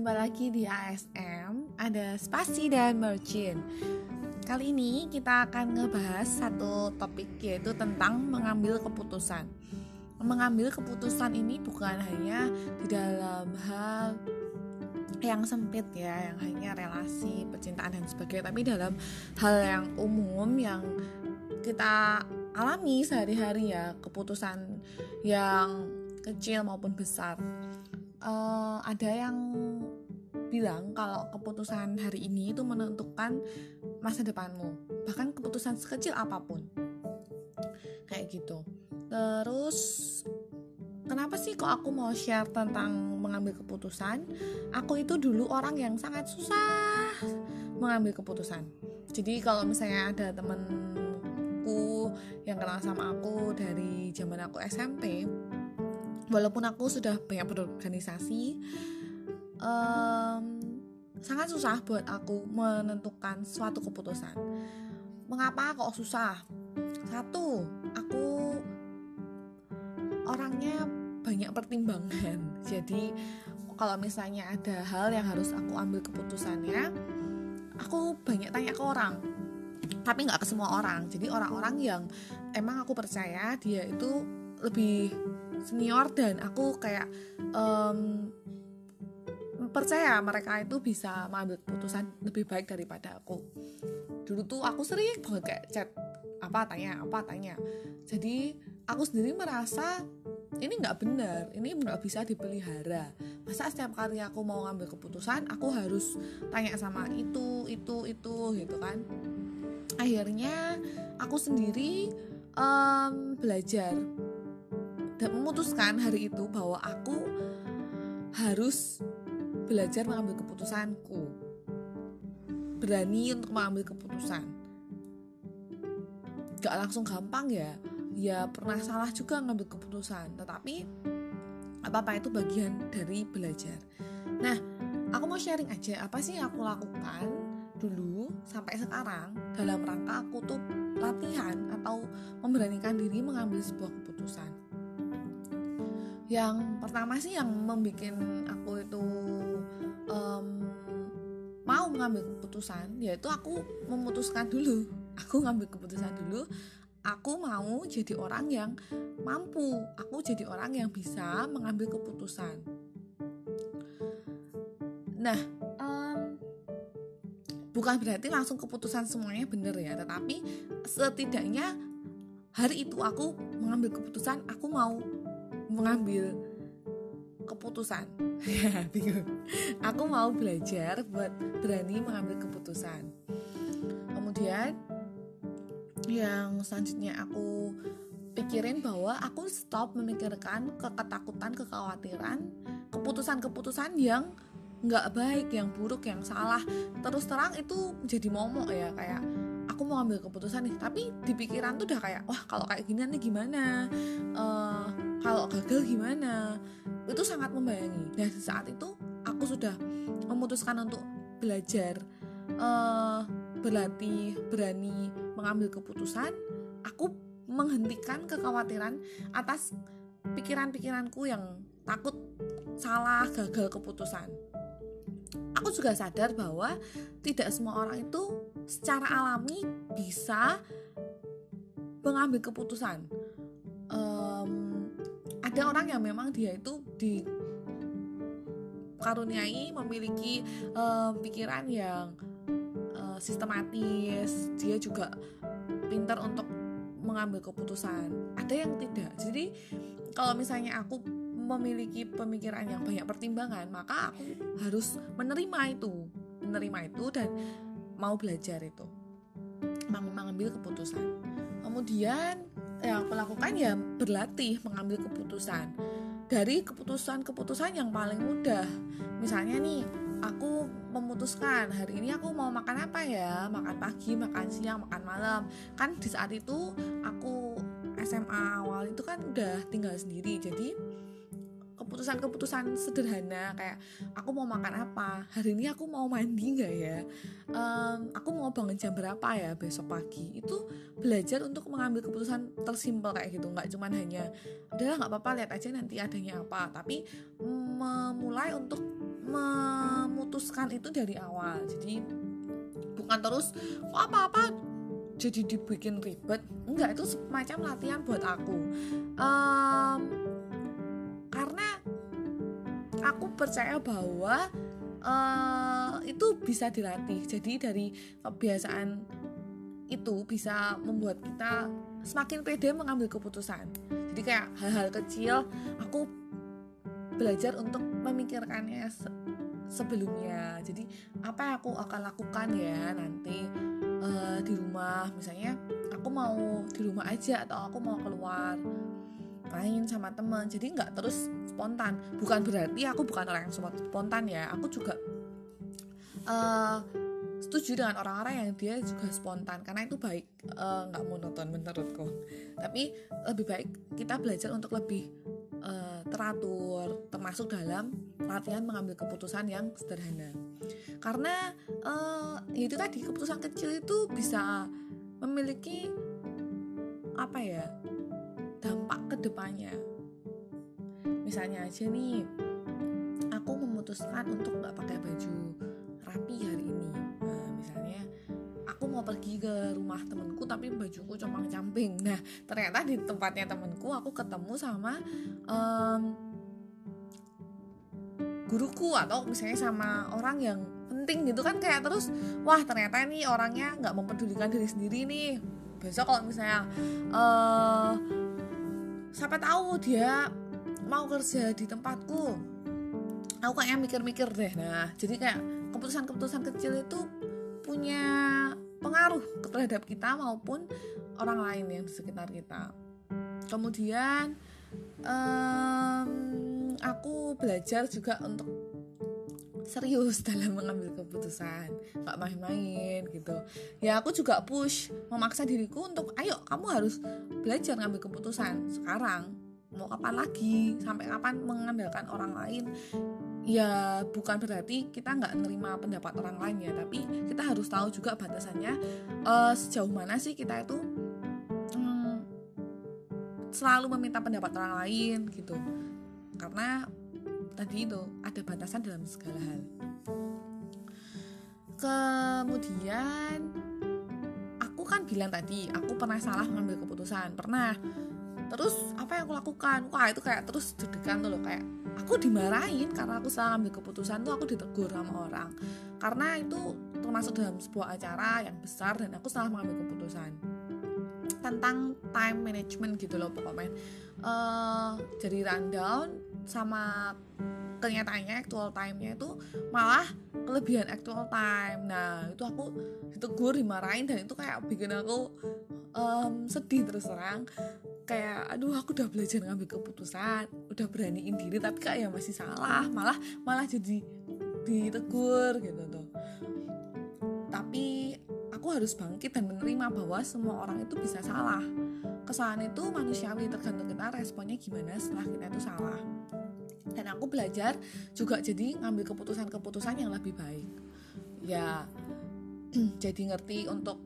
jumpa lagi di ASM, ada Spasi dan Merchin. Kali ini kita akan ngebahas satu topik, yaitu tentang mengambil keputusan. Mengambil keputusan ini bukan hanya di dalam hal yang sempit ya, yang hanya relasi, percintaan dan sebagainya, tapi dalam hal yang umum yang kita alami sehari-hari ya, keputusan yang kecil maupun besar. Ada yang bilang kalau keputusan hari ini itu menentukan masa depanmu, bahkan keputusan sekecil apapun, kayak gitu. Terus kenapa sih kok aku mau share tentang mengambil keputusan? Aku itu dulu orang yang sangat susah mengambil keputusan. Jadi kalau misalnya ada temenku yang kenal sama aku dari zaman aku SMP, walaupun aku sudah banyak berorganisasi, sangat susah buat aku menentukan suatu keputusan. Mengapa kok susah? Satu, aku orangnya banyak pertimbangan. Jadi kalau misalnya ada hal yang harus aku ambil keputusannya, aku banyak tanya ke orang, tapi gak ke semua orang. Jadi orang-orang yang emang aku percaya dia itu lebih senior dan aku kayak percaya mereka itu bisa mengambil keputusan lebih baik daripada aku. Dulu tuh aku sering banget kayak chat apa tanya. Jadi aku sendiri merasa ini nggak benar, ini nggak bisa dipelihara. Masa setiap kali aku mau ngambil keputusan aku harus tanya sama itu gitu kan. Akhirnya aku sendiri belajar dan memutuskan hari itu bahwa aku harus belajar mengambil keputusanku, berani untuk mengambil keputusan. Gak langsung gampang ya pernah salah juga ngambil keputusan, tetapi apa-apa itu bagian dari belajar. Nah, aku mau sharing aja apa sih yang aku lakukan dulu sampai sekarang dalam rangka aku tuh latihan atau memberanikan diri mengambil sebuah keputusan. Yang pertama sih yang membuat aku itu mau mengambil keputusan, yaitu aku memutuskan dulu, aku ngambil keputusan dulu, aku mau jadi orang yang mampu, aku jadi orang yang bisa mengambil keputusan. Nah, bukan berarti langsung keputusan semuanya benar ya, tetapi setidaknya hari itu aku mengambil keputusan, aku mau mengambil keputusan. Bingung. Aku mau belajar buat berani mengambil keputusan. Kemudian yang selanjutnya aku pikirin bahwa aku stop memikirkan ketakutan, kekhawatiran, keputusan-keputusan yang nggak baik, yang buruk, yang salah. Terus terang itu jadi momok ya, kayak aku mau ambil keputusan nih, tapi di pikiran tuh udah kayak, wah kalau kayak gini nanti gimana, kalau gagal gimana. Itu sangat membayangi. Dan saat itu aku sudah memutuskan untuk belajar, berlatih, berani mengambil keputusan. Aku menghentikan kekhawatiran atas pikiran-pikiranku yang takut salah, gagal keputusan. Aku juga sadar bahwa tidak semua orang itu secara alami bisa mengambil keputusan. Ada orang yang memang dia itu dikaruniai memiliki pikiran yang sistematis, dia juga pintar untuk mengambil keputusan. Ada yang tidak. Jadi kalau misalnya aku memiliki pemikiran yang banyak pertimbangan, maka aku harus menerima itu dan mau belajar itu, mengambil keputusan. Kemudian yang aku lakukan ya berlatih mengambil keputusan dari keputusan yang paling mudah. Misalnya nih, aku memutuskan hari ini aku mau makan apa ya, makan pagi, makan siang, makan malam. Kan di saat itu aku SMA awal itu kan udah tinggal sendiri, jadi keputusan-keputusan sederhana kayak aku mau makan apa, hari ini aku mau mandi gak ya, aku mau bangun jam berapa ya besok pagi. Itu belajar untuk mengambil keputusan tersimpel kayak gitu, gak cuman hanya udahlah gak apa-apa lihat aja nanti adanya apa, tapi memulai untuk memutuskan itu dari awal. Jadi bukan terus apa-apa jadi dibikin ribet. Enggak, itu semacam latihan buat aku. Karena aku percaya bahwa itu bisa dilatih. Jadi dari kebiasaan itu bisa membuat kita semakin pede mengambil keputusan. Jadi kayak hal-hal kecil aku belajar untuk memikirkannya sebelumnya. Jadi apa yang aku akan lakukan ya nanti di rumah, misalnya aku mau di rumah aja atau aku mau keluar main sama teman. Jadi nggak terus spontan. Bukan berarti aku bukan orang yang spontan ya. Aku juga setuju dengan orang-orang yang dia juga spontan, karena itu baik, nggak monoton menurutku. Tapi lebih baik kita belajar untuk lebih teratur, termasuk dalam latihan mengambil keputusan yang sederhana. Karena itu tadi, keputusan kecil itu bisa memiliki dampak ke depannya. Misalnya aja nih, aku memutuskan untuk nggak pakai baju rapi hari ini. Misalnya aku mau pergi ke rumah temenku tapi bajuku compang-camping. Nah ternyata di tempatnya temenku aku ketemu sama guruku atau misalnya sama orang yang penting gitu kan, kayak terus wah ternyata ini orangnya nggak mempedulikan diri sendiri nih. Besok kalau misalnya siapa tahu dia mau kerja di tempatku, aku kayaknya mikir-mikir deh. Nah jadi kayak keputusan-keputusan kecil itu punya pengaruh terhadap kita maupun orang lain yang di sekitar kita. Kemudian aku belajar juga untuk serius dalam mengambil keputusan, gak main-main gitu. Ya aku juga push, memaksa diriku untuk ayo kamu harus belajar ngambil keputusan sekarang. Mau kapan lagi, sampai kapan mengandalkan orang lain. Ya bukan berarti kita gak nerima pendapat orang lain ya, tapi kita harus tahu juga batasannya, sejauh mana sih kita itu selalu meminta pendapat orang lain gitu. Karena tadi itu ada batasan dalam segala hal. Kemudian aku kan bilang tadi aku pernah salah mengambil keputusan, pernah. Terus apa yang aku lakukan? Wah itu kayak terus deg-degan tuh loh, kayak aku dimarahin karena aku salah ambil keputusan tuh, aku ditegur sama orang karena itu termasuk dalam sebuah acara yang besar dan aku salah mengambil keputusan tentang time management gitu loh pokoknya. Jadi rundown sama kenyataannya actual time-nya itu malah kelebihan actual time. Nah itu aku ditegur, dimarahin, dan itu kayak bikin aku sedih terus terang. Kayak aduh aku udah belajar ngambil keputusan, udah beraniin diri, tapi kayak masih salah, malah jadi ditegur gitu tuh. Tapi aku harus bangkit dan menerima bahwa semua orang itu bisa salah. Kesalahan itu manusiawi, tergantung kita responnya gimana setelah kita itu salah. Dan aku belajar juga jadi ngambil keputusan-keputusan yang lebih baik. Ya jadi ngerti untuk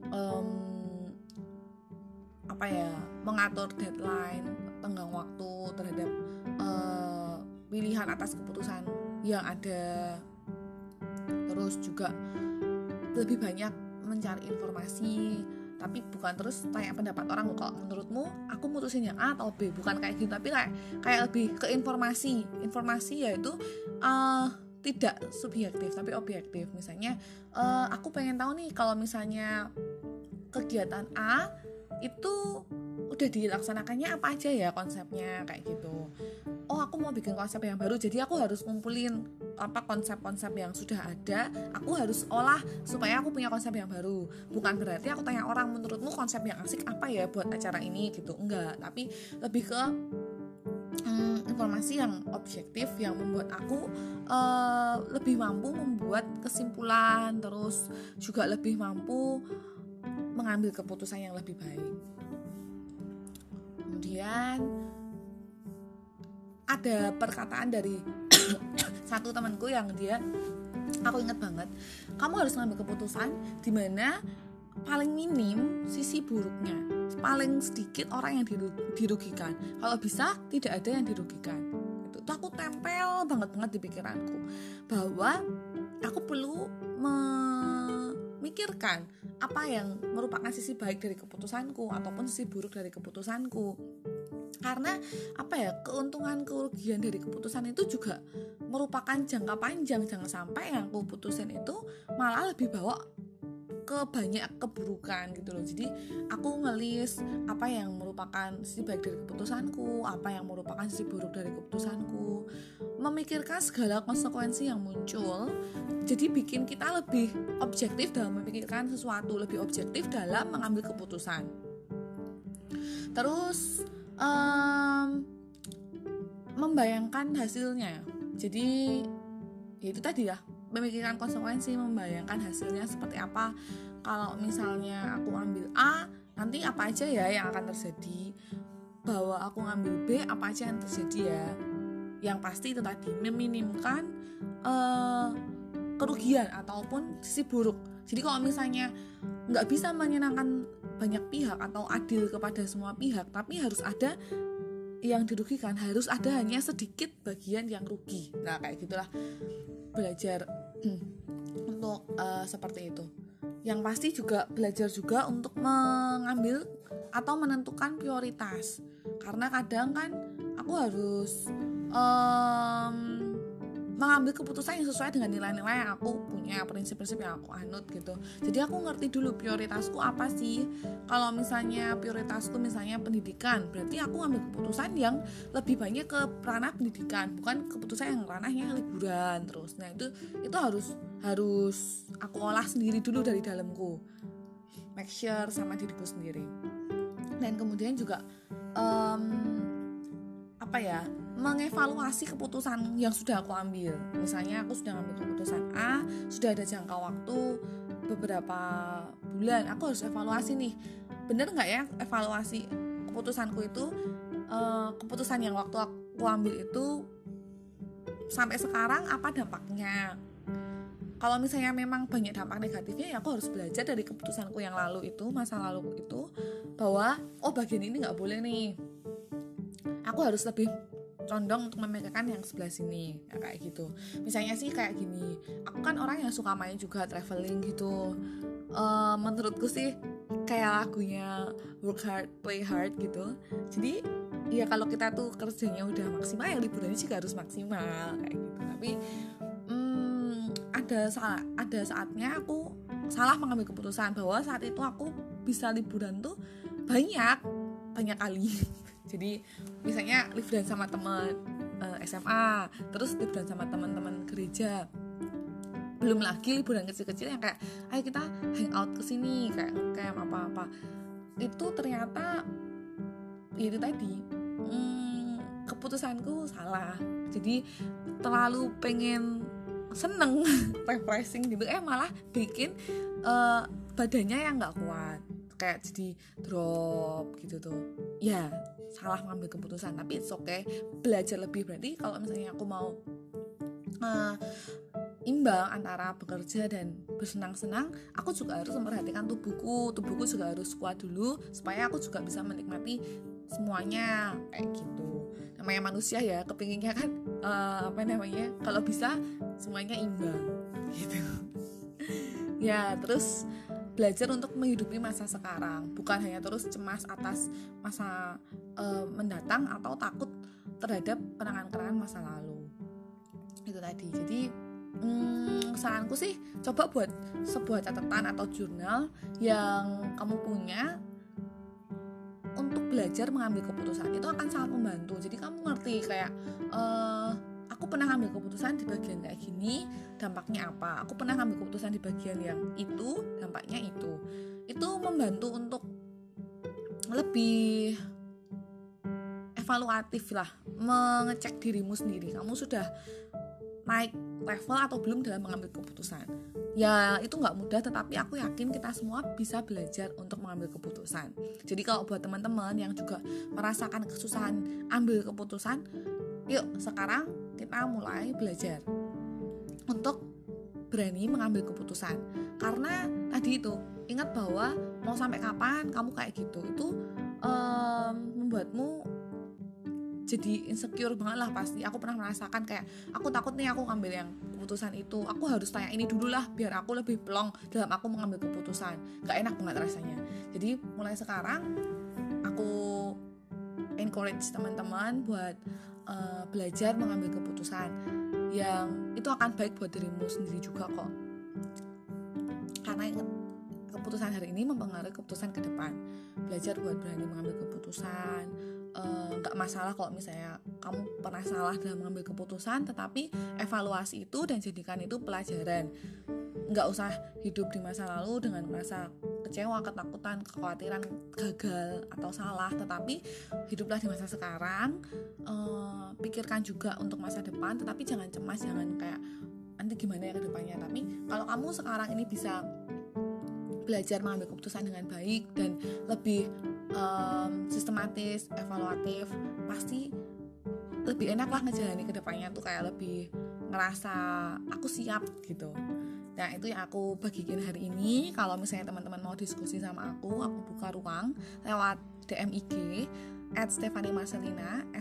mengatur deadline, tenggang waktu terhadap pilihan atas keputusan yang ada. Terus juga lebih banyak mencari informasi, tapi bukan terus tanya pendapat orang. Kalau menurutmu aku mutusin yang A atau B, bukan kayak gitu, tapi kayak lebih ke informasi yaitu tidak subjektif tapi objektif. Misalnya aku pengen tahu nih kalau misalnya kegiatan A itu udah dilaksanakannya apa aja ya konsepnya, kayak gitu. Oh aku mau bikin konsep yang baru, jadi aku harus ngumpulin konsep-konsep yang sudah ada, aku harus olah supaya aku punya konsep yang baru. Bukan berarti aku tanya orang, menurutmu konsep yang asik apa ya buat acara ini gitu, enggak. Tapi lebih ke informasi yang objektif yang membuat aku lebih mampu membuat kesimpulan, terus juga lebih mampu mengambil keputusan yang lebih baik. Kemudian ada perkataan dari satu temanku yang aku ingat banget, kamu harus ngambil keputusan di mana paling minim sisi buruknya, paling sedikit orang yang dirugikan, kalau bisa tidak ada yang dirugikan. Itu itu aku tempel banget di pikiranku bahwa aku perlu memikirkan apa yang merupakan sisi baik dari keputusanku ataupun sisi buruk dari keputusanku. Karena keuntungan kerugian dari keputusan itu juga merupakan jangka panjang. Jangan sampai yang aku putusin itu malah lebih bawa ke banyak keburukan gitu loh. Jadi aku ngelis apa yang merupakan sisi baik dari keputusanku, apa yang merupakan sisi buruk dari keputusanku, memikirkan segala konsekuensi yang muncul. Jadi bikin kita lebih objektif dalam memikirkan sesuatu, lebih objektif dalam mengambil keputusan. Terus membayangkan hasilnya. Jadi ya itu tadi ya, memikirkan konsekuensi, membayangkan hasilnya seperti apa. Kalau misalnya aku ambil A, nanti apa aja ya yang akan terjadi. Bahwa aku ngambil B, apa aja yang terjadi ya. Yang pasti itu tadi, meminimkan kerugian ataupun sisi buruk. Jadi kalau misalnya nggak bisa menyenangkan banyak pihak atau adil kepada semua pihak, tapi harus ada yang dirugikan, harus ada hanya sedikit bagian yang rugi. Nah kayak gitulah belajar untuk seperti itu. Yang pasti juga belajar juga untuk mengambil atau menentukan prioritas. Karena kadang kan aku harus mengambil keputusan yang sesuai dengan nilai-nilai yang aku punya, prinsip-prinsip yang aku anut gitu. Jadi aku ngerti dulu prioritasku apa sih. Kalau misalnya prioritasku misalnya pendidikan, berarti aku ngambil keputusan yang lebih banyak ke ranah pendidikan, bukan keputusan yang ranahnya liburan terus. Nah itu harus aku olah sendiri dulu dari dalamku, make sure sama diriku sendiri. Dan kemudian juga mengevaluasi keputusan yang sudah aku ambil. Misalnya aku sudah ambil keputusan A, sudah ada jangka waktu beberapa bulan, aku harus evaluasi nih, bener nggak ya evaluasi keputusanku itu, keputusan yang waktu aku ambil itu sampai sekarang apa dampaknya. Kalau misalnya memang banyak dampak negatifnya, ya aku harus belajar dari keputusanku yang lalu itu, masa lalu itu, bahwa bagian ini nggak boleh nih, aku harus lebih condong untuk memikirkan yang sebelah sini, ya kayak gitu. Misalnya sih kayak gini, aku kan orang yang suka main juga, traveling gitu. Menurutku sih kayak lagunya work hard, play hard gitu. Jadi ya kalau kita tuh kerjanya udah maksimal, ya liburannya juga harus maksimal kayak gitu. Tapi ada saatnya aku salah mengambil keputusan, bahwa saat itu aku bisa liburan tuh banyak kali. Jadi misalnya liburan sama teman SMA, terus liburan sama teman-teman gereja, belum lagi liburan kecil-kecil yang kayak ayo kita hang out kesini, kayak apa-apa. Itu ternyata itu tadi keputusanku salah. Jadi terlalu pengen seneng refreshing gitu, malah bikin badannya yang nggak kuat, kayak jadi drop gitu tuh. Ya salah mengambil keputusan, tapi it's okay, belajar lebih. Berarti kalau misalnya aku mau imbang antara bekerja dan bersenang-senang, aku juga harus memperhatikan tubuhku juga harus kuat dulu, supaya aku juga bisa menikmati semuanya kayak gitu. Namanya manusia ya, kepinginnya kan kalau bisa semuanya imbang gitu. Ya terus belajar untuk menghidupi masa sekarang, bukan hanya terus cemas atas masa mendatang atau takut terhadap kenangan-kenangan masa lalu. Itu tadi. Jadi saranku sih, coba buat sebuah catatan atau jurnal yang kamu punya untuk belajar mengambil keputusan. Itu akan sangat membantu. Jadi kamu ngerti kayak aku pernah ambil keputusan di bagian kayak gini, dampaknya apa. Aku pernah ambil keputusan di bagian yang itu, dampaknya itu. Itu membantu untuk lebih evaluatif lah, mengecek dirimu sendiri. Kamu sudah naik level atau belum dalam mengambil keputusan. Ya itu gak mudah, tetapi aku yakin kita semua bisa belajar untuk mengambil keputusan. Jadi kalau buat teman-teman yang juga merasakan kesusahan ambil keputusan, yuk sekarang kita mulai belajar untuk berani mengambil keputusan. Karena tadi itu, ingat bahwa mau sampai kapan kamu kayak gitu, itu membuatmu jadi insecure banget lah pasti. Aku pernah merasakan kayak aku takut nih aku ngambil yang keputusan itu, aku harus tanya ini dulu lah biar aku lebih plong dalam aku mengambil keputusan. Gak enak banget rasanya. Jadi mulai sekarang aku encourage teman-teman buat belajar mengambil keputusan yang itu akan baik buat dirimu sendiri juga kok. Karena keputusan hari ini mempengaruhi keputusan ke depan. Belajar buat berani mengambil keputusan. Gak masalah kalau misalnya kamu pernah salah dalam mengambil keputusan, tetapi evaluasi itu dan jadikan itu pelajaran. Gak usah hidup di masa lalu dengan merasa kecewa, ketakutan, kekhawatiran gagal atau salah, tetapi hiduplah di masa sekarang. Pikirkan juga untuk masa depan, tetapi jangan cemas, jangan kayak nanti gimana ya ke depannya. Tapi kalau kamu sekarang ini bisa belajar mengambil keputusan dengan baik dan lebih sistematis, evaluatif, pasti lebih enak lah ngejalani ke depannya tuh, kayak lebih ngerasa aku siap gitu. Nah itu yang aku bagikan hari ini. Kalau misalnya teman-teman mau diskusi sama aku buka ruang lewat DM IG @stephanie_marcelina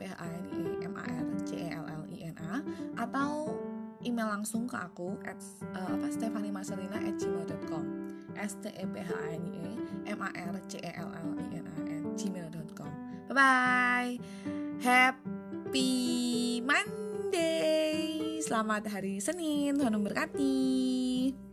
STEPHANIEMARCELLINA, atau email langsung ke aku stephanie_marcelina@gmail.com STEPHANIEMARCELLINA@gmail.com. Bye bye. Happy Monday. Selamat hari Senin. Tuhan memberkati.